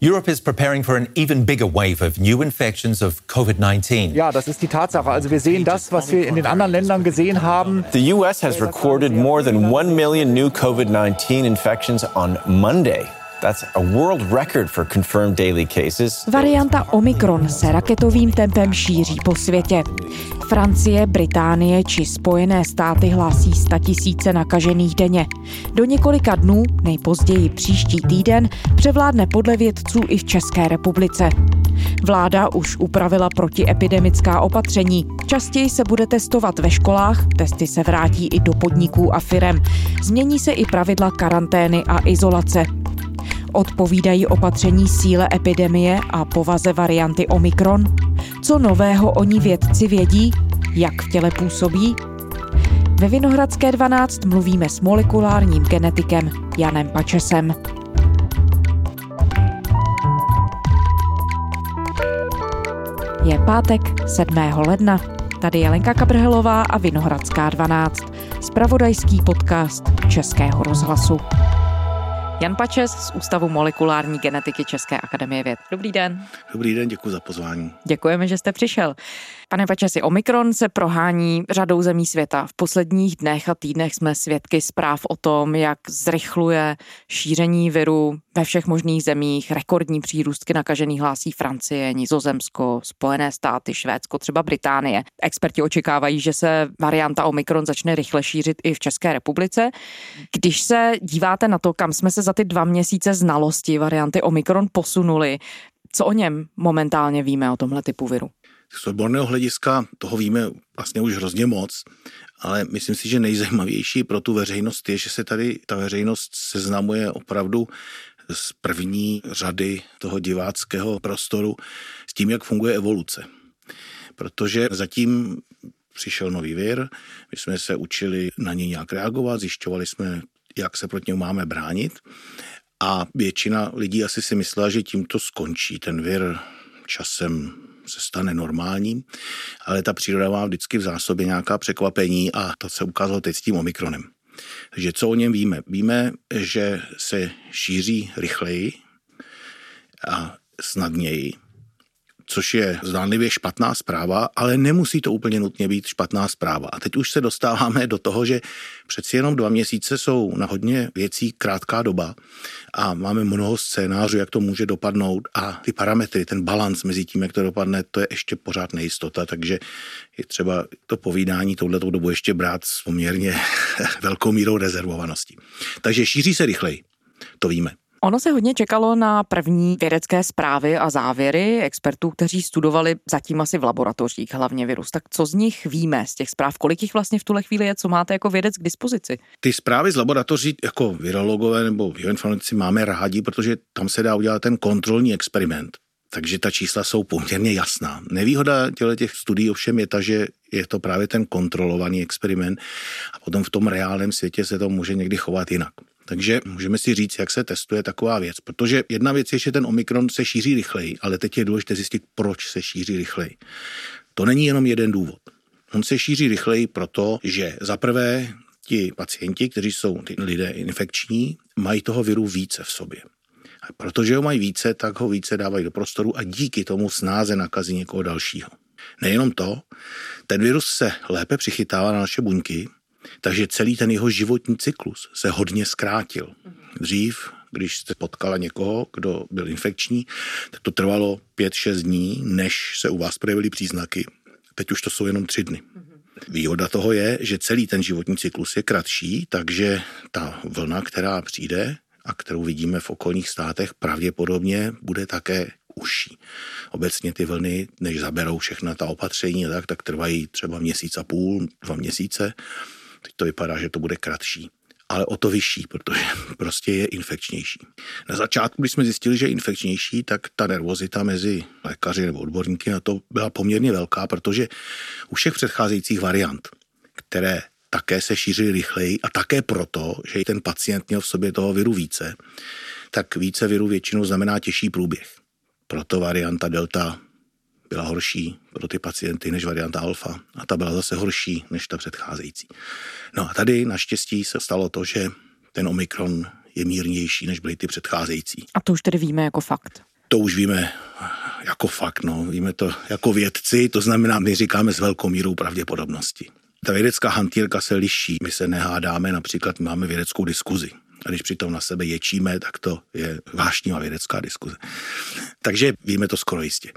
Europe is preparing for an even bigger wave of new infections of COVID-19. Ja, das ist die Tatsache. Also wir sehen das, was wir in den anderen Ländern gesehen haben. The US has recorded more than 1 million new COVID-19 infections on Monday. That's a world record for confirmed daily cases. Varianta Omikron se raketovým tempem šíří po světě. Francie, Británie či Spojené státy hlásí 100 000 nakažených denně. Do několika dnů, nejpozději příští týden, převládne podle vědců i v České republice. Vláda už upravila protiepidemická opatření. Častěji se bude testovat ve školách, testy se vrátí i do podniků a firem. Změní se i pravidla karantény a izolace. Odpovídají opatření síle epidemie a povaze varianty Omikron? Co nového o ní vědci vědí? Jak v těle působí? Ve Vinohradské 12 mluvíme s molekulárním genetikem Janem Pačesem. Je pátek 7. ledna. Tady je Lenka Kabrhelová a Vinohradská 12. Zpravodajský podcast Českého rozhlasu. Jan Pačes z Ústavu molekulární genetiky České akademie věd. Dobrý den. Dobrý den, děkuji za pozvání. Děkujeme, že jste přišel. Pane Pačesi, Omikron se prohání řadou zemí světa. V posledních dnech a týdnech jsme svědky zpráv o tom, jak zrychluje šíření viru ve všech možných zemích. Rekordní přírůstky nakažených hlásí Francie, Nizozemsko, Spojené státy, Švédsko, třeba Británie. Experti očekávají, že se varianta Omikron začne rychle šířit i v České republice. Když se díváte na to, kam jsme se za ty 2 měsíce znalosti varianty Omikron posunuli, co o něm momentálně víme, o tomhle typu viru? Z odborného hlediska toho víme vlastně už hrozně moc, ale myslím si, že nejzajímavější pro tu veřejnost je, že se tady ta veřejnost seznamuje opravdu z první řady toho diváckého prostoru s tím, jak funguje evoluce. Protože zatím přišel nový vir, my jsme se učili na něj nějak reagovat, zjišťovali jsme, jak se proti němu máme bránit a většina lidí asi si myslela, že tím to skončí. Ten vir časem se stane normálním, ale ta příroda má vždycky v zásobě nějaká překvapení a to se ukázalo teď s tím Omikronem. Takže co o něm víme? Víme, že se šíří rychleji a snadněji, což je zdánlivě špatná zpráva, ale nemusí to úplně nutně být špatná zpráva. A teď už se dostáváme do toho, že přeci jenom 2 měsíce jsou na hodně věcí krátká doba a máme mnoho scénářů, jak to může dopadnout a ty parametry, ten balans mezi tím, jak to dopadne, to je ještě pořád nejistota, takže je třeba to povídání touhletou dobu ještě brát s poměrně velkou mírou rezervovanosti. Takže šíří se rychleji, to víme. Ono se hodně čekalo na první vědecké zprávy a závěry expertů, kteří studovali zatím asi v laboratořích hlavně virus. Tak co z nich víme, z těch zpráv? Kolik jich vlastně v tuhle chvíli je? Co máte jako vědec k dispozici? Ty zprávy z laboratoří jako virologové nebo bioinformatici máme rádi, protože tam se dá udělat ten kontrolní experiment. Takže ta čísla jsou poměrně jasná. Nevýhoda těch studií ovšem je ta, že je to právě ten kontrolovaný experiment a potom v tom reálném světě se to může někdy chovat jinak. Takže můžeme si říct, jak se testuje taková věc, protože jedna věc je, že ten Omikron se šíří rychleji, ale teď je důležité zjistit, proč se šíří rychleji. To není jenom jeden důvod. On se šíří rychleji proto, že zaprvé ti pacienti, kteří jsou ty lidé infekční, mají toho viru více v sobě. A protože ho mají více, tak ho více dávají do prostoru a díky tomu snáze nakazí někoho dalšího. Nejenom to, ten virus se lépe přichytává na naše buňky, takže celý ten jeho životní cyklus se hodně zkrátil. Dřív, když jste potkala někoho, kdo byl infekční, tak to trvalo 5-6 dní, než se u vás projevily příznaky. Teď už to jsou jenom 3 dny. Výhoda toho je, že celý ten životní cyklus je kratší, takže ta vlna, která přijde a kterou vidíme v okolních státech, pravděpodobně bude také užší. Obecně ty vlny, než zaberou všechna ta opatření, tak trvají třeba 1,5 měsíce, 2 měsíce. Teď to vypadá, že to bude kratší, ale o to vyšší, protože prostě je infekčnější. Na začátku, když jsme zjistili, že je infekčnější, tak ta nervozita mezi lékaři nebo odborníky na to byla poměrně velká, protože u všech předcházejících variant, které také se šířily rychleji a také proto, že ten pacient měl v sobě toho viru více, tak více viru většinou znamená těžší průběh. Proto varianta Delta byla horší pro ty pacienty než varianta alfa a ta byla zase horší než ta předcházející. No a tady naštěstí se stalo to, že ten Omikron je mírnější než byly ty předcházející. A to už tedy víme jako fakt. To už víme jako fakt, víme to jako vědci, to znamená, my říkáme s velkou mírou pravděpodobnosti. Ta vědecká hantýrka se liší, my se nehádáme, například máme vědeckou diskuzi. A když přitom na sebe ječíme, tak to je vášnivá vědecká diskuze. Takže víme to skoro jistě.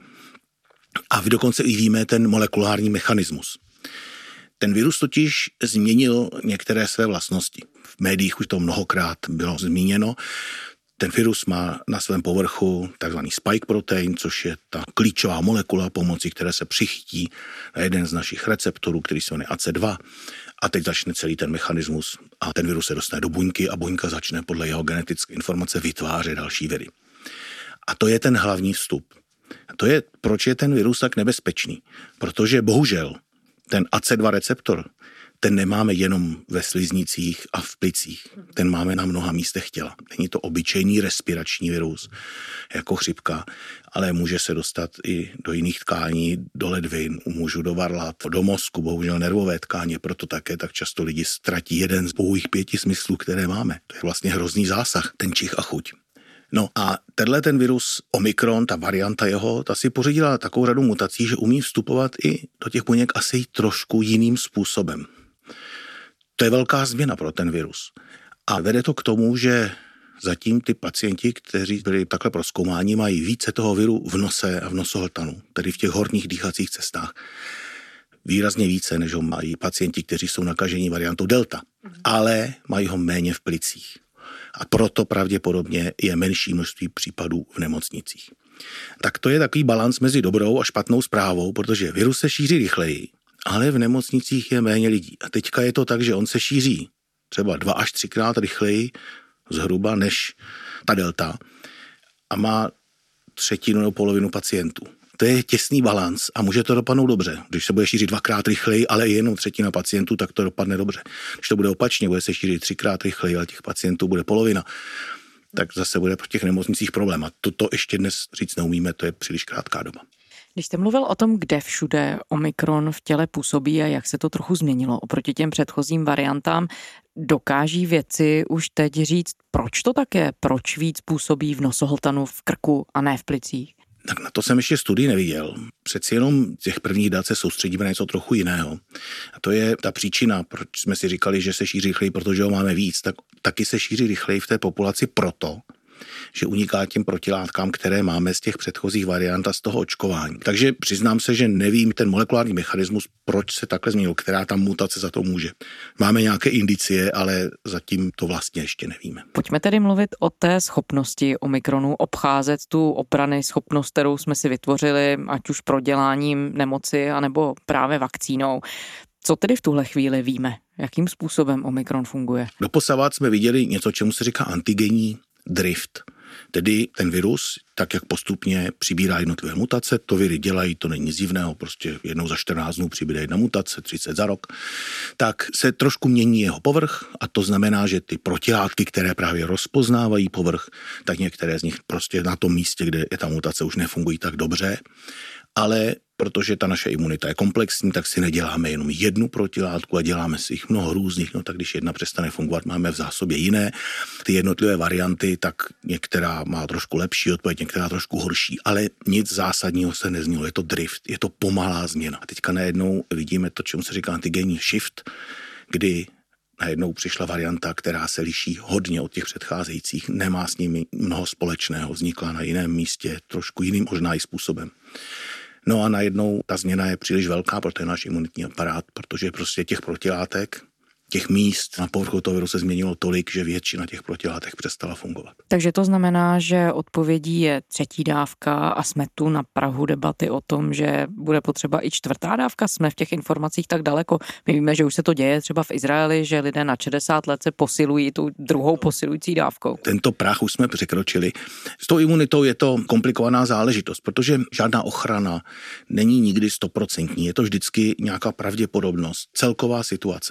A vy dokonce i víme ten molekulární mechanismus. Ten virus totiž změnil některé své vlastnosti. V médiích už to mnohokrát bylo zmíněno. Ten virus má na svém povrchu takzvaný spike protein, což je ta klíčová molekula, pomocí které se přichytí na jeden z našich receptorů, který se jmenuje AC2. A teď začne celý ten mechanismus a ten virus se dostane do buňky a buňka začne podle jeho genetické informace vytvářet další viry. A to je ten hlavní vstup. A to je, proč je ten virus tak nebezpečný. Protože bohužel ten AC2 receptor, ten nemáme jenom ve sliznicích a v plicích. Ten máme na mnoha místech těla. Není to obyčejný respirační virus, jako chřipka, ale může se dostat i do jiných tkání, do ledvin, můžu do varlat, do mozku, bohužel nervové tkáně, proto také tak často lidi ztratí jeden z pouhých 5 smyslů, které máme. To je vlastně hrozný zásah, ten čich a chuť. No a ten virus Omikron, ta varianta jeho, ta si pořídila takovou řadu mutací, že umí vstupovat i do těch buněk asi trošku jiným způsobem. To je velká změna pro ten virus. A vede to k tomu, že zatím ty pacienti, kteří byli takhle prozkoumáni, mají více toho viru v nose a v nosohltanu, tedy v těch horních dýchacích cestách. Výrazně více, než ho mají pacienti, kteří jsou nakaženi variantou delta. Ale mají ho méně v plicích. A proto pravděpodobně je menší množství případů v nemocnicích. Tak to je takový balans mezi dobrou a špatnou zprávou, protože virus se šíří rychleji, ale v nemocnicích je méně lidí. A teďka je to tak, že on se šíří třeba 2 až 3krát rychleji zhruba než ta delta a má 1/3 nebo polovinu pacientů. To je těsný balans a může to dopadnout dobře. Když se bude šířit 2krát rychleji, ale jenom 1/3 pacientů, tak to dopadne dobře. Když to bude opačně, bude se šířit 3krát rychleji, ale těch pacientů bude polovina, tak zase bude pro těch nemocnicích problém. A to ještě dnes říct neumíme, to je příliš krátká doba. Když jste mluvil o tom, kde všude Omikron v těle působí a jak se to trochu změnilo oproti těm předchozím variantám, dokáží vědci už teď říct, proč to tak je? Proč víc působí v nosohltanu, v krku a ne v plicích? Tak na to jsem ještě studii neviděl. Přeci jenom těch prvních dat se soustředíme na něco trochu jiného. A to je ta příčina, proč jsme si říkali, že se šíří rychleji, protože ho máme víc. Tak taky se šíří rychleji v té populaci proto, že uniká těm protilátkám, které máme z těch předchozích variant a z toho očkování. Takže přiznám se, že nevím ten molekulární mechanismus, proč se takhle změnil, která tam mutace za to může. Máme nějaké indicie, ale zatím to vlastně ještě nevíme. Pojďme tedy mluvit o té schopnosti Omikronu obcházet tu obrany schopnost, kterou jsme si vytvořili, ať už proděláním nemoci, anebo právě vakcínou. Co tedy v tuhle chvíli víme? Jakým způsobem Omikron funguje? Doposavad jsme viděli něco, čemu se říká antigenní drift. Tedy ten virus, tak jak postupně přibírá jednotlivé mutace, to viry dělají, to není nic divného, prostě jednou za 14 dnů přibude jedna mutace, 30 za rok, tak se trošku mění jeho povrch a to znamená, že ty protilátky, které právě rozpoznávají povrch, tak některé z nich prostě na tom místě, kde je ta mutace, už nefungují tak dobře, ale protože ta naše imunita je komplexní, tak si neděláme jenom jednu protilátku a děláme si jich mnoho různých, no tak když jedna přestane fungovat, máme v zásobě jiné. Ty jednotlivé varianty, tak některá má trošku lepší odpověď, některá trošku horší, ale nic zásadního se nezměnilo, je to drift, je to pomalá změna. A teďka najednou vidíme to, čemu se říká antigenní shift, kdy najednou přišla varianta, která se liší hodně od těch předcházejících, nemá s nimi mnoho společného, vznikla na jiném místě, trošku jiným možná i způsobem. No a najednou ta změna je příliš velká pro ten náš imunitní aparát, protože prostě těch protilátek, těch míst na povrchu toho viru se změnilo tolik, že většina těch protilátek přestala fungovat. Takže to znamená, že odpovědí je 3. dávka a jsme tu na prahu debaty o tom, že bude potřeba i 4. dávka. Jsme v těch informacích tak daleko. My víme, že už se to děje třeba v Izraeli, že lidé na 60 let se posilují tu druhou posilující dávkou. Tento práh už jsme překročili. S tou imunitou je to komplikovaná záležitost, protože žádná ochrana není nikdy 100%. Je to vždycky nějaká pravděpodobnost, celková situace.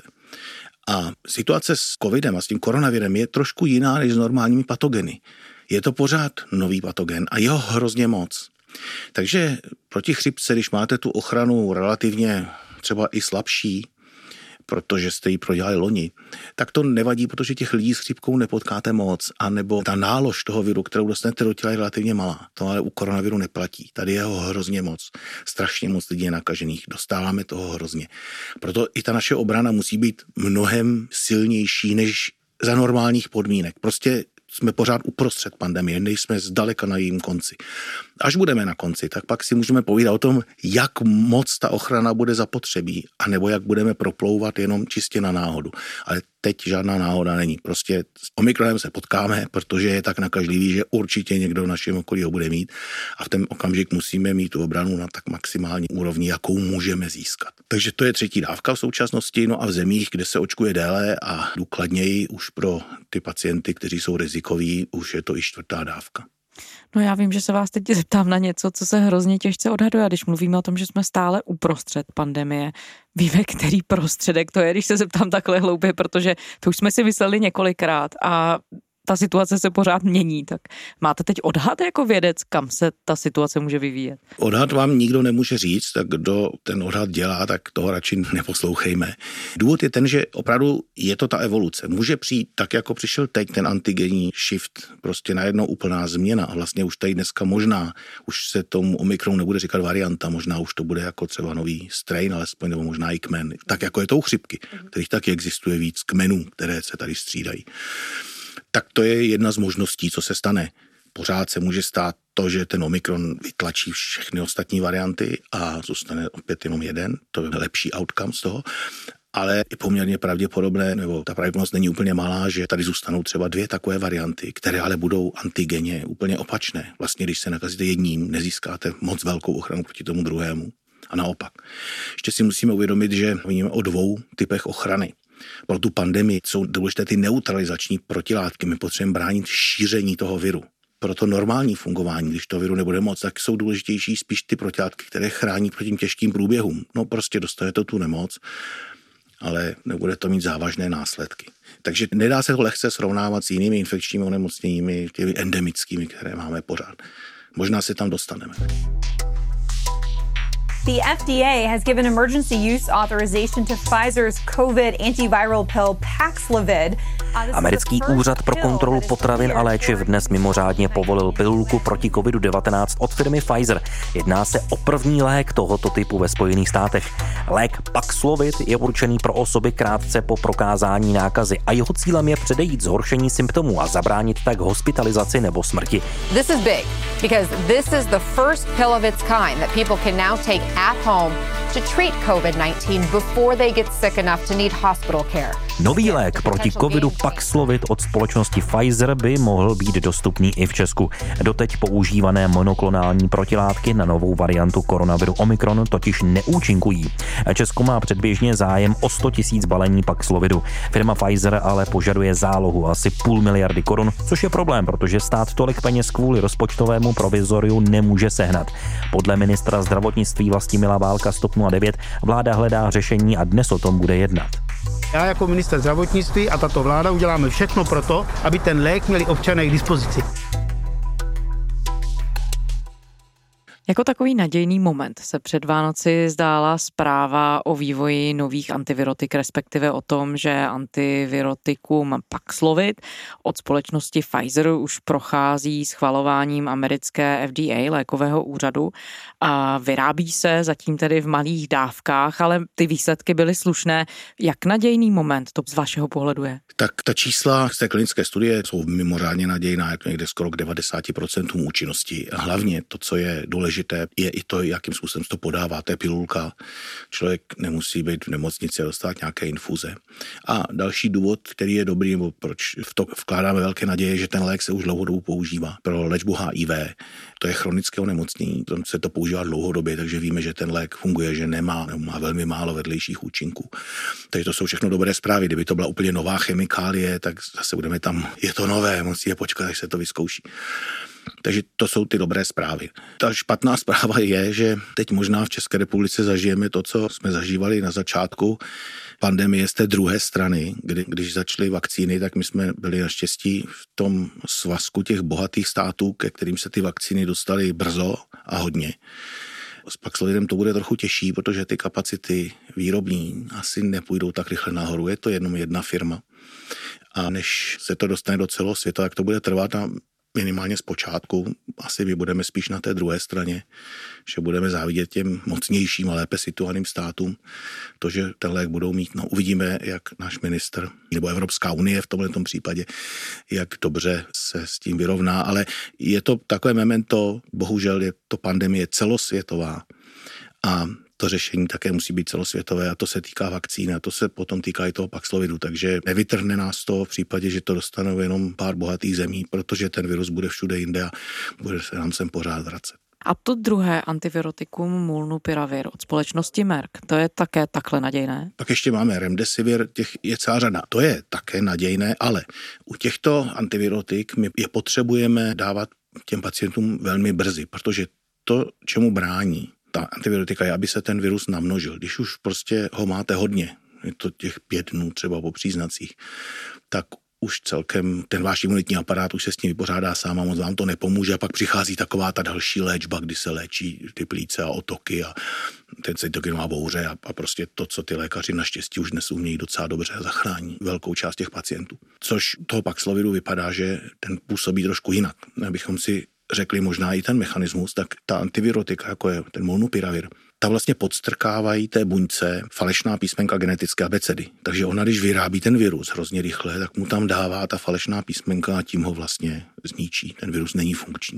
A situace s covidem a s tím koronavirem je trošku jiná než s normálními patogeny. Je to pořád nový patogen a jeho hrozně moc. Takže proti chřipce, když máte tu ochranu relativně třeba i slabší, protože jste ji prodělali loni, tak to nevadí, protože těch lidí s chřipkou nepotkáte moc, anebo ta nálož toho viru, kterou dostanete do těla, je relativně malá. To ale u koronaviru neplatí. Tady je ho hrozně moc. Strašně moc lidí je nakažených. Dostáváme toho hrozně. Proto i ta naše obrana musí být mnohem silnější než za normálních podmínek. Prostě jsme pořád uprostřed pandemie, nejsme zdaleka na jejím konci. Až budeme na konci, tak pak si můžeme povídat o tom, jak moc ta ochrana bude zapotřebí, anebo jak budeme proplouvat jenom čistě na náhodu. Ale teď žádná náhoda není. Prostě s Omikronem se potkáme, protože je tak nakažlivý, že určitě někdo v našem okolí ho bude mít a v ten okamžik musíme mít tu obranu na tak maximální úrovni, jakou můžeme získat. Takže to je 3. dávka v současnosti, no a v zemích, kde se očkuje déle a důkladněji už pro ty pacienty, kteří jsou rizikoví, už je to i 4. dávka. No já vím, že se vás teď zeptám na něco, co se hrozně těžce odhaduje, a když mluvíme o tom, že jsme stále uprostřed pandemie, víme, který prostředek to je, když se zeptám takhle hloupě, protože to už jsme si mysleli několikrát a ta situace se pořád mění, tak máte teď odhad jako vědec, kam se ta situace může vyvíjet? Odhad vám nikdo nemůže říct, tak kdo ten odhad dělá, tak toho radši neposlouchejme. Důvod je ten, že opravdu je to ta evoluce. Může přijít tak, jako přišel teď ten antigenní shift, prostě najednou úplná změna a vlastně už tady dneska možná, už se tomu Omikronu nebude říkat varianta, možná už to bude jako třeba nový strain, alespoň nebo možná i kmen, tak jako je to u chřipky, kterých taky existuje víc kmenů, které se tady střídají. Tak to je jedna z možností, co se stane. Pořád se může stát to, že ten Omikron vytlačí všechny ostatní varianty a zůstane opět jenom jeden. To je lepší outcome z toho. Ale je poměrně pravděpodobné, nebo ta pravděpodobnost není úplně malá, že tady zůstanou třeba 2 takové varianty, které ale budou antigenně úplně opačné. Vlastně, když se nakazíte jedním, nezískáte moc velkou ochranu proti tomu druhému. A naopak. Ještě si musíme uvědomit, že mluvíme o 2 typech ochrany. Pro tu pandemii jsou důležité ty neutralizační protilátky. My potřebujeme bránit šíření toho viru. Pro to normální fungování, když to viru nebude moc, tak jsou důležitější spíš ty protilátky, které chrání proti těm těžkým průběhům. No prostě dostane to tu nemoc, ale nebude to mít závažné následky. Takže nedá se to lehce srovnávat s jinými infekčními onemocněními, těmi endemickými, které máme pořád. Možná se tam dostaneme. The FDA has given emergency use authorization to Pfizer's COVID antiviral pill Paxlovid. Americký úřad pro kontrolu potravin a léčiv dnes mimořádně povolil pilulku proti COVID-19 od firmy Pfizer. Jedná se o první lék tohoto typu ve Spojených státech. Lék Paxlovid je určený pro osoby krátce po prokázání nákazy a jeho cílem je předejít zhoršení symptomů a zabránit tak hospitalizaci nebo smrti. This is big because this is the first pill of its kind that people can now take at home to treat COVID-19 before they get sick enough to need hospital care. Nový lék proti covidu Paxlovid od společnosti Pfizer by mohl být dostupný i v Česku. Doteď používané monoklonální protilátky na novou variantu koronaviru Omikron totiž neúčinkují. Česko má předběžně zájem o 100 000 balení Paxlovidu. Firma Pfizer ale požaduje zálohu asi 500 miliardy korun, což je problém, protože stát tolik peněz kvůli rozpočtovému provizoriu nemůže sehnat. Podle ministra zdravotnictví Vlastimila Válka z TOP 09 vláda hledá řešení a dnes o tom bude jednat. Já jako ministr zdravotnictví a tato vláda uděláme všechno pro to, aby ten lék měli občané k dispozici. Jako takový nadějný moment se před Vánoci zdála zpráva o vývoji nových antivirotik, respektive o tom, že antivirotikum Paxlovid od společnosti Pfizer už prochází schvalováním americké FDA, lékového úřadu, a vyrábí se zatím tedy v malých dávkách, ale ty výsledky byly slušné. Jak nadějný moment to z vašeho pohledu je? Tak ta čísla z té klinické studie jsou mimořádně nadějná, je to někde skoro k 90% účinnosti. A hlavně to, co je důležité, je i to, jakým způsobem to podává. To je pilulka. Člověk nemusí být v nemocnici a dostat nějaké infuze. A další důvod, který je dobrý, nebo proč v to vkládáme velké naděje, že ten lék se už dlouhodobě používá pro léčbu HIV. To je chronické onemocnění, tam se to používá dlouhodobě, takže víme, že ten lék funguje, že má velmi málo vedlejších účinků. Takže to jsou všechno dobré zprávy. Kdyby to byla úplně nová chemikálie, tak zase budeme tam, je to nové, musíme počkat, až se to vyzkouší. Takže to jsou ty dobré zprávy. Ta špatná zpráva je, že teď možná v České republice zažijeme to, co jsme zažívali na začátku pandemie z té druhé strany, když začaly vakcíny, tak my jsme byli naštěstí v tom svazku těch bohatých států, ke kterým se ty vakcíny dostaly brzo a hodně. S Paxlovidem to bude trochu těžší, protože ty kapacity výrobní asi nepůjdou tak rychle nahoru. Je to jenom jedna firma. A než se to dostane do celého světa, tak to bude trvat a minimálně z počátku. Asi my budeme spíš na té druhé straně, že budeme závidět těm mocnějším a lépe situovaným státům. To, že ten lék budou mít, no uvidíme, jak náš ministr, nebo Evropská unie v tomto případě, jak dobře se s tím vyrovná, ale je to takové memento, bohužel je to pandemie celosvětová a to řešení také musí být celosvětové a to se týká vakcíny a to se potom týká i toho Paxlovidu, takže nevytrhne nás to v případě, že to dostanou jenom pár bohatých zemí, protože ten virus bude všude jinde a bude se nám sem pořád vracet. A to druhé antivirotikum Molnupiravir od společnosti Merck, to je také takhle nadějné? Pak ještě máme Remdesivir, těch je celá řada. To je také nadějné, ale u těchto antivirotik my je potřebujeme dávat těm pacientům velmi brzy, protože to, čemu brání ta antivirotika je, aby se ten virus namnožil. Když už prostě ho máte hodně, je to těch 5 dnů třeba po příznacích, tak už celkem ten váš imunitní aparát už se s tím vypořádá sám a moc vám to nepomůže a pak přichází taková ta další léčba, kdy se léčí ty plíce a otoky a ten cytokinová bouře a prostě to, co ty lékaři naštěstí už dnes umějí docela dobře a zachrání velkou část těch pacientů. Což toho Paxlovidu vypadá, že ten působí trošku jinak. Abychom si řekli možná i ten mechanismus, tak ta antivirotika, jako je ten Molnupiravir, ta vlastně podstrkávají té buňce falešná písmenka genetické abecedy. Takže ona, když vyrábí ten virus hrozně rychle, tak mu tam dává ta falešná písmenka a tím ho vlastně zničí. Ten virus není funkční.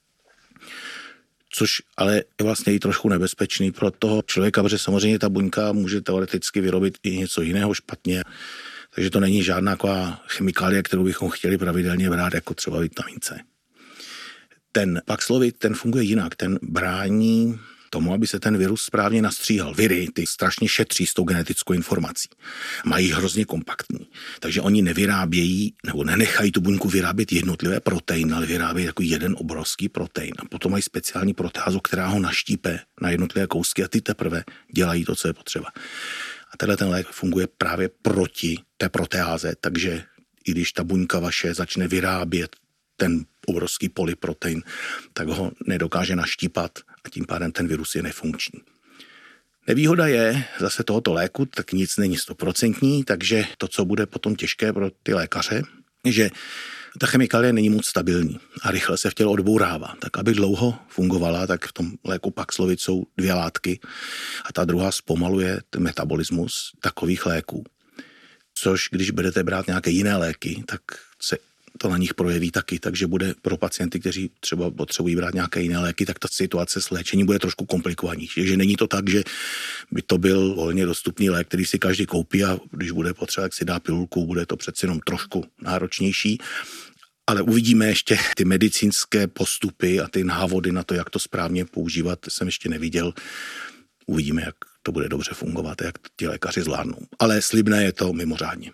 Což ale je vlastně i trošku nebezpečný pro toho člověka, protože samozřejmě ta buňka může teoreticky vyrobit i něco jiného špatně. Takže to není žádná taková chemikálie, kterou bychom chtěli pravidelně brát, jako třeba vitamin C. Ten Paxlovid, ten funguje jinak, ten brání tomu, aby se ten virus správně nastříhal. Viry, ty strašně šetří s tou genetickou informací. Mají hrozně kompaktní. Takže oni nevyrábějí, nebo nenechají tu buňku vyrábět jednotlivé proteiny, ale vyrábějí takový jeden obrovský protein. A potom mají speciální proteázu, která ho naštípe na jednotlivé kousky a ty teprve dělají to, co je potřeba. A tenhle ten lék funguje právě proti té proteáze, takže i když ta buňka vaše začne vyrábět ten obrovský polyprotein, tak ho nedokáže naštípat a tím pádem ten virus je nefunkční. Nevýhoda je zase tohoto léku, tak nic není 100%, takže to, co bude potom těžké pro ty lékaře, je, že ta chemikálie není moc stabilní a rychle se v těle odbourává. Tak aby dlouho fungovala, tak v tom léku Paxlovid jsou 2 látky a ta druhá zpomaluje ten metabolismus takových léků. Což když budete brát nějaké jiné léky, tak se to na nich projeví taky, takže bude pro pacienty, kteří třeba potřebují brát nějaké jiné léky, tak ta situace s léčením bude trošku komplikovanější. Takže není to tak, že by to byl volně dostupný lék, který si každý koupí a když bude potřeba, tak si dá pilulku, bude to přeci jenom trošku náročnější. Ale uvidíme ještě ty medicínské postupy a ty návody na to, jak to správně používat, jsem ještě neviděl. Uvidíme, jak to bude dobře fungovat, jak ti lékaři zvládnou. Ale slibné je to mimořádně.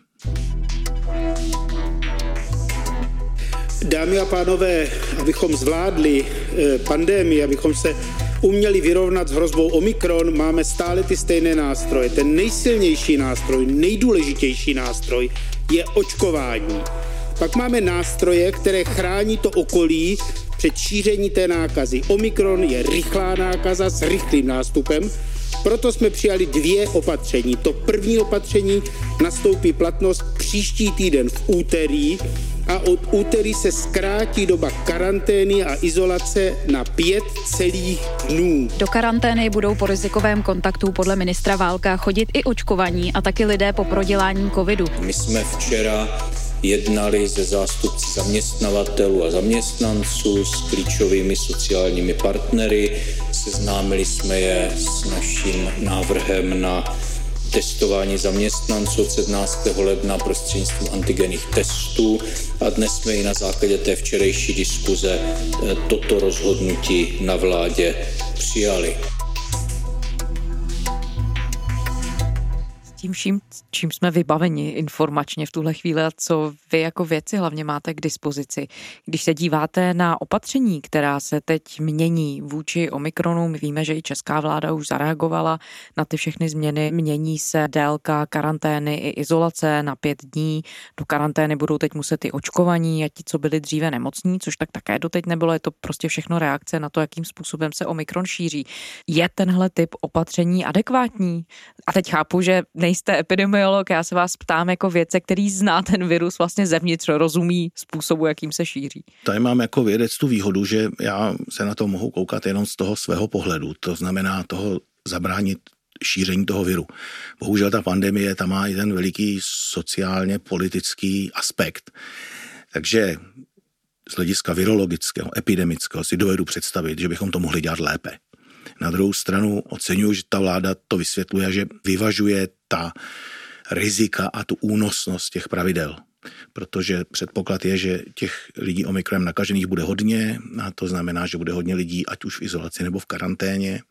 Dámy a pánové, abychom zvládli pandemii, abychom se uměli vyrovnat s hrozbou Omikron, máme stále ty stejné nástroje. Ten nejsilnější nástroj, nejdůležitější nástroj je očkování. Pak máme nástroje, které chrání to okolí před šíření té nákazy. Omikron je rychlá nákaza s rychlým nástupem, proto jsme přijali 2 opatření. To první opatření nastoupí platnost příští týden v úterý a od úterý se zkrátí doba karantény a izolace na 5 celých dnů. Do karantény budou po rizikovém kontaktu podle ministra Válka chodit i očkovaní a taky lidé po prodělání covidu. My jsme včera jednali se zástupci zaměstnavatelů a zaměstnanců, s klíčovými sociálními partnery. Seznámili jsme je s naším návrhem na testování zaměstnanců od 17. ledna prostřednictvím antigenních testů a dnes jsme i na základě té včerejší diskuze toto rozhodnutí na vládě přijali. Tím tím vším, čím jsme vybaveni informačně v tuhle chvíli a co vy jako vědci hlavně máte k dispozici. Když se díváte na opatření, která se teď mění vůči Omikronu, my víme, že i česká vláda už zareagovala na ty všechny změny. Mění se délka karantény i izolace na 5 dní. Do karantény budou teď muset i očkovaní a ti, co byli dříve nemocní, což tak také doteď nebylo. Je to prostě všechno reakce na to, jakým způsobem se Omikron šíří. Je tenhle typ opatření adekvátní? A teď chápu, že nejste epidemiolog, já se vás ptám jako vědce, který zná ten virus vlastně zevnitř, rozumí způsobu, jakým se šíří. Tady mám jako vědec tu výhodu, že já se na to mohu koukat jenom z toho svého pohledu. To znamená toho zabránit šíření toho viru. Bohužel ta pandemie, ta má i ten veliký sociálně politický aspekt. Takže z hlediska virologického, epidemického si dovedu představit, že bychom to mohli dělat lépe. Na druhou stranu oceňuji, že ta vláda to vysvětluje, že vyvažuje ta rizika a tu únosnost těch pravidel. Protože předpoklad je, že těch lidí Omikronem nakažených bude hodně a to znamená, že bude hodně lidí ať už v izolaci nebo v karanténě.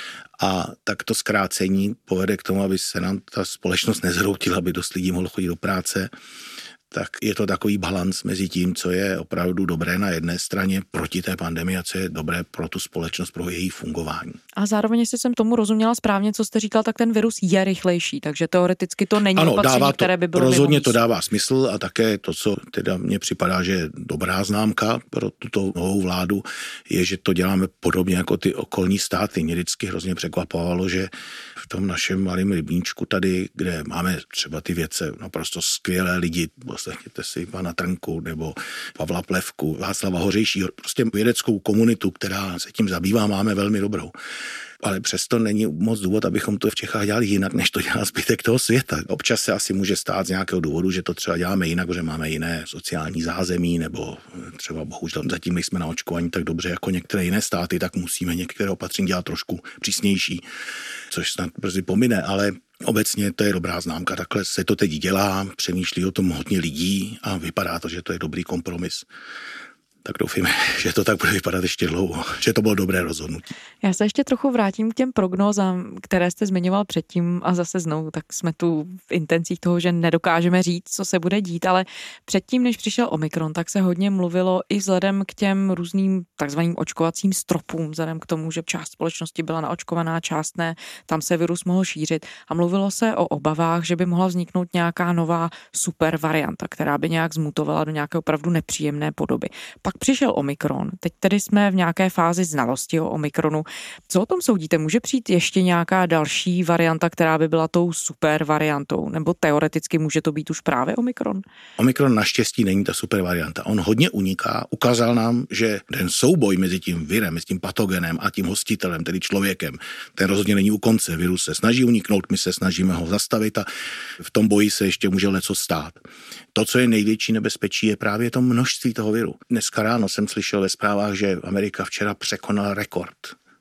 A tak to zkrácení povede k tomu, aby se nám ta společnost nezhroutila, aby dost lidí mohlo chodit do práce. Tak je to takový balans mezi tím, co je opravdu dobré na jedné straně proti té pandemii a co je dobré pro tu společnost, pro její fungování. A zároveň, jestli jsem tomu rozuměla správně, co jste říkal, tak ten virus je rychlejší, takže teoreticky to není opatření, které by bylo rozhodně to dává smysl a také to, co teda mně připadá, že je dobrá známka pro tuto novou vládu, je, že to děláme podobně jako ty okolní státy. Mě vždycky hrozně překvapovalo, že v tom našem malém rybníčku tady, kde máme třeba ty vědce naprosto skvělé lidi, poslechněte si pana Trnku nebo Pavla Plevku, Václava Hořejšího, prostě vědeckou komunitu, která se tím zabývá, máme velmi dobrou. Ale přesto není moc důvod, abychom to v Čechách dělali jinak, než to dělá zbytek toho světa. Občas se asi může stát z nějakého důvodu, že to třeba děláme jinak, protože máme jiné sociální zázemí, nebo třeba bohužel zatím nejsme na očkování tak dobře jako některé jiné státy, tak musíme některé opatření dělat trošku přísnější, což snad brzy pomine, ale obecně to je dobrá známka. Takhle se to teď dělá, přemýšlí o tom hodně lidí a vypadá to, že to je dobrý kompromis. Tak doufíme, že to tak bude vypadat ještě dlouho, že to bylo dobré rozhodnutí. Já se ještě trochu vrátím k těm prognózám, které jste zmiňoval předtím a zase znovu, tak jsme tu v intencích toho, že nedokážeme říct, co se bude dít, ale předtím, než přišel Omikron, tak se hodně mluvilo i vzhledem k těm různým takzvaným očkovacím stropům, vzhledem k tomu, že část společnosti byla naočkovaná, část ne, tam se virus mohl šířit a mluvilo se o obavách, že by mohla vzniknout nějaká nová super varianta, která by nějak zmutovala do nějaké opravdu nepříjemné podoby. Pak přišel Omikron, teď tedy jsme v nějaké fázi znalosti o Omikronu. Co o tom soudíte? Může přijít ještě nějaká další varianta, která by byla tou super variantou? Nebo teoreticky může to být už právě Omikron? Omikron naštěstí není ta super varianta. On hodně uniká, ukázal nám, že ten souboj mezi tím virem, mezi tím patogenem a tím hostitelem, tedy člověkem, ten rozhodně není u konce. Virus se snaží uniknout, my se snažíme ho zastavit a v tom boji se ještě může leco stát. To, co je největší nebezpečí, je právě to množství toho viru. Dneska ráno jsem slyšel ve zprávách, že Amerika včera překonala rekord.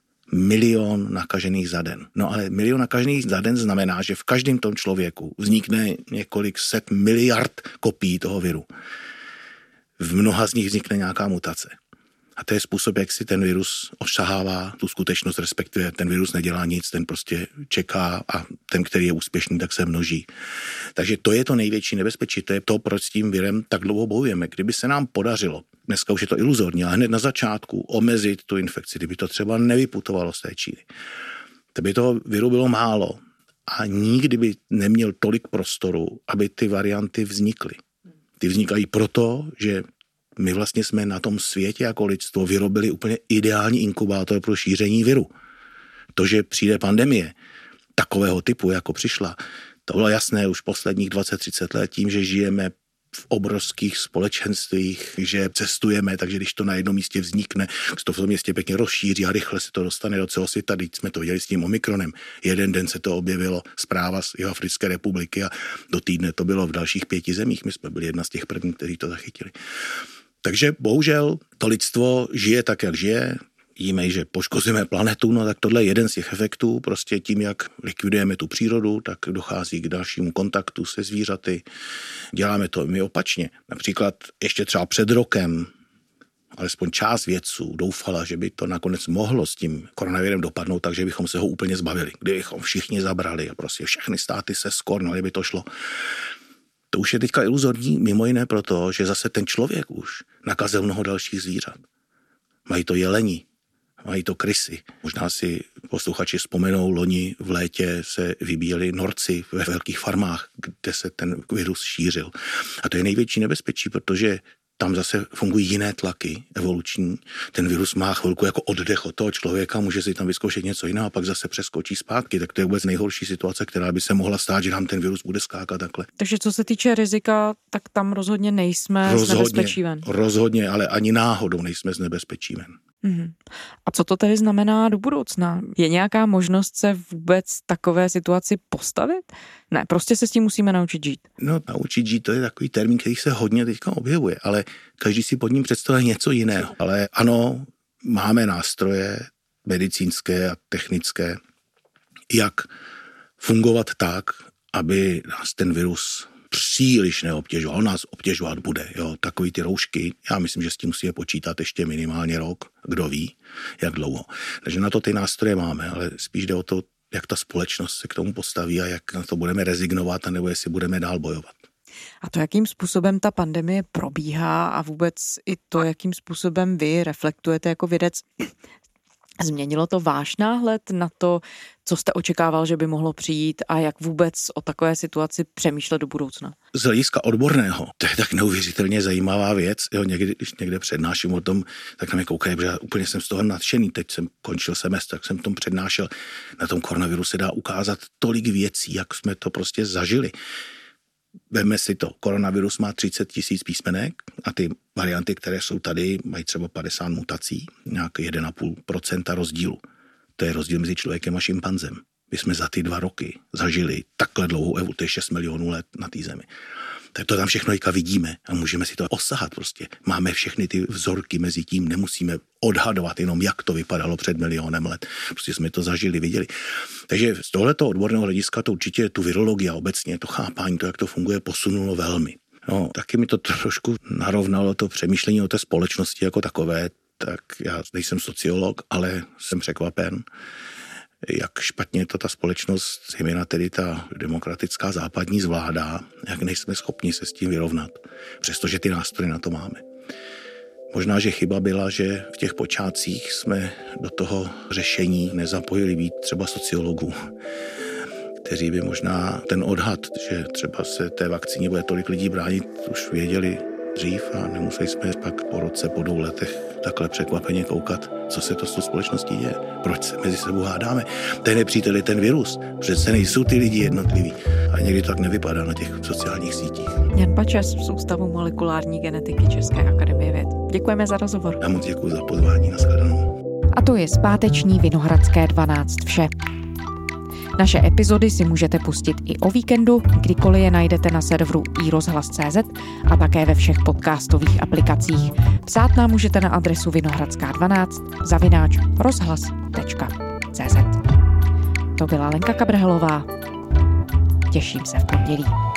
1 milion nakažených za den. No ale 1 milion nakažených za den znamená, že v každém tom člověku vznikne několik set miliard kopií toho viru. V mnoha z nich vznikne nějaká mutace. A to je způsob, jak si ten virus ošahává tu skutečnost, respektive ten virus nedělá nic, ten prostě čeká a ten, který je úspěšný, tak se množí. Takže to je to největší nebezpečí, to je to, proč s tím virem tak dlouho bojujeme. Kdyby se nám podařilo, dneska už je to iluzorní, ale hned na začátku omezit tu infekci, kdyby to třeba nevyputovalo z té Číny, to by toho viru bylo málo a nikdy by neměl tolik prostoru, aby ty varianty vznikly. Ty vznikají proto, že my vlastně jsme na tom světě jako lidstvo vyrobili úplně ideální inkubátor pro šíření viru. To, že přijde pandemie takového typu, jako přišla, to bylo jasné už posledních 20-30 let tím, že žijeme v obrovských společenstvích, že cestujeme, takže když to na jednom místě vznikne, se to v tom městě pěkně rozšíří a rychle se to dostane do celého světa. Teď jsme to viděli s tím Omikronem. Jeden den se to objevilo, zpráva z Jihoafrické republiky a do týdne to bylo v dalších 5 zemích. My jsme byli jedna z těch prvních, kteří to zachytili. Takže bohužel to lidstvo žije tak, jak žije. Víme, že poškozujeme planetu, no tak tohle je jeden z těch efektů. Prostě tím, jak likvidujeme tu přírodu, tak dochází k dalšímu kontaktu se zvířaty. Děláme to my opačně. Například ještě třeba před rokem alespoň část vědců doufala, že by to nakonec mohlo s tím koronavirem dopadnout, takže bychom se ho úplně zbavili. Kdybychom všichni zabrali a prostě všechny státy se skornali, by to šlo. To už je teďka iluzorní, mimo jiné proto, že zase ten člověk už nakazil mnoho dalších zvířat. Mají to jeleni, mají to krysy. Možná si posluchači vzpomenou, loni v létě se vybíjeli norci ve velkých farmách, kde se ten virus šířil. A to je největší nebezpečí, protože tam zase fungují jiné tlaky evoluční. Ten virus má chvilku jako oddech od toho člověka, může si tam vyzkoušet něco jiného a pak zase přeskočí zpátky. Tak to je vůbec nejhorší situace, která by se mohla stát, že nám ten virus bude skákat takhle. Takže co se týče rizika, tak tam rozhodně nejsme z nebezpečí ven. Rozhodně, ale ani náhodou nejsme z nebezpečí ven. A co to tedy znamená do budoucna? Je nějaká možnost se vůbec takové situaci postavit? Ne, prostě se s tím musíme naučit žít. No, naučit žít, to je takový termín, který se hodně teďka objevuje, ale každý si pod ním představuje něco jiného. Ale ano, máme nástroje medicínské a technické, jak fungovat tak, aby nás ten virus příliš neobtěžoval. On nás obtěžovat bude. Jo. Takový ty roušky, já myslím, že s tím musíme počítat ještě minimálně rok, kdo ví, jak dlouho. Takže na to ty nástroje máme, ale spíš jde o to, jak ta společnost se k tomu postaví a jak na to budeme rezignovat, anebo jestli budeme dál bojovat. A to, jakým způsobem ta pandemie probíhá a vůbec i to, jakým způsobem vy reflektujete jako vědec, změnilo to váš náhled na to, co jste očekával, že by mohlo přijít a jak vůbec o takové situaci přemýšlet do budoucna? Z hlediska odborného, to je tak neuvěřitelně zajímavá věc. Jo, když někde přednáším o tom, tak na mě koukají, protože úplně jsem z toho nadšený. Teď jsem končil semestr, tak jsem tom přednášel. Na tom koronaviru se dá ukázat tolik věcí, jak jsme to prostě zažili. Veme si to, koronavirus má 30 000 písmenek a ty varianty, které jsou tady, mají třeba 50 mutací, nějaký 1,5% rozdílu. To je rozdíl mezi člověkem a šimpanzem. My jsme za ty 2 roky zažili takhle dlouhou evoluci, to je 6 milionů let na té zemi. Tak to tam všechno vidíme a můžeme si to osahat prostě. Máme všechny ty vzorky mezi tím, nemusíme odhadovat jenom, jak to vypadalo před milionem let. Prostě jsme to zažili, viděli. Takže z tohoto odborného hlediska to určitě tu virologii a obecně to chápání, to, jak to funguje, posunulo velmi. No, taky mi to trošku narovnalo to přemýšlení o té společnosti jako takové, tak já nejsem sociolog, ale jsem překvapen, jak špatně to ta společnost, zejména tedy ta demokratická západní zvládá, jak nejsme schopni se s tím vyrovnat, přestože ty nástroje na to máme. Možná, že chyba byla, že v těch počátcích jsme do toho řešení nezapojili víc třeba sociologů, kteří by možná ten odhad, že třeba se té vakcíně bude tolik lidí bránit, už věděli dřív a nemuseli jsme pak po roce, po 2 letech takhle překvapeně koukat, co se to s tou společností děje, proč se mezi sebou hádáme. Ten nepřítel je ten virus, přece nejsou ty lidi jednotliví a někdy to tak nevypadá na těch sociálních sítích. Jan Pačes z Ústavu molekulární genetiky České akademie věd. Děkujeme za rozhovor. Já moc děkuji za pozvání, nashledanou. A to je z páteční Vinohradské 12 vše. Naše epizody si můžete pustit i o víkendu, kdykoliv je najdete na serveru iRozhlas.cz a také ve všech podcastových aplikacích. Psát nám můžete na adresu vinohradská12@rozhlas.cz. To byla Lenka Kabrhelová. Těším se v pondělí.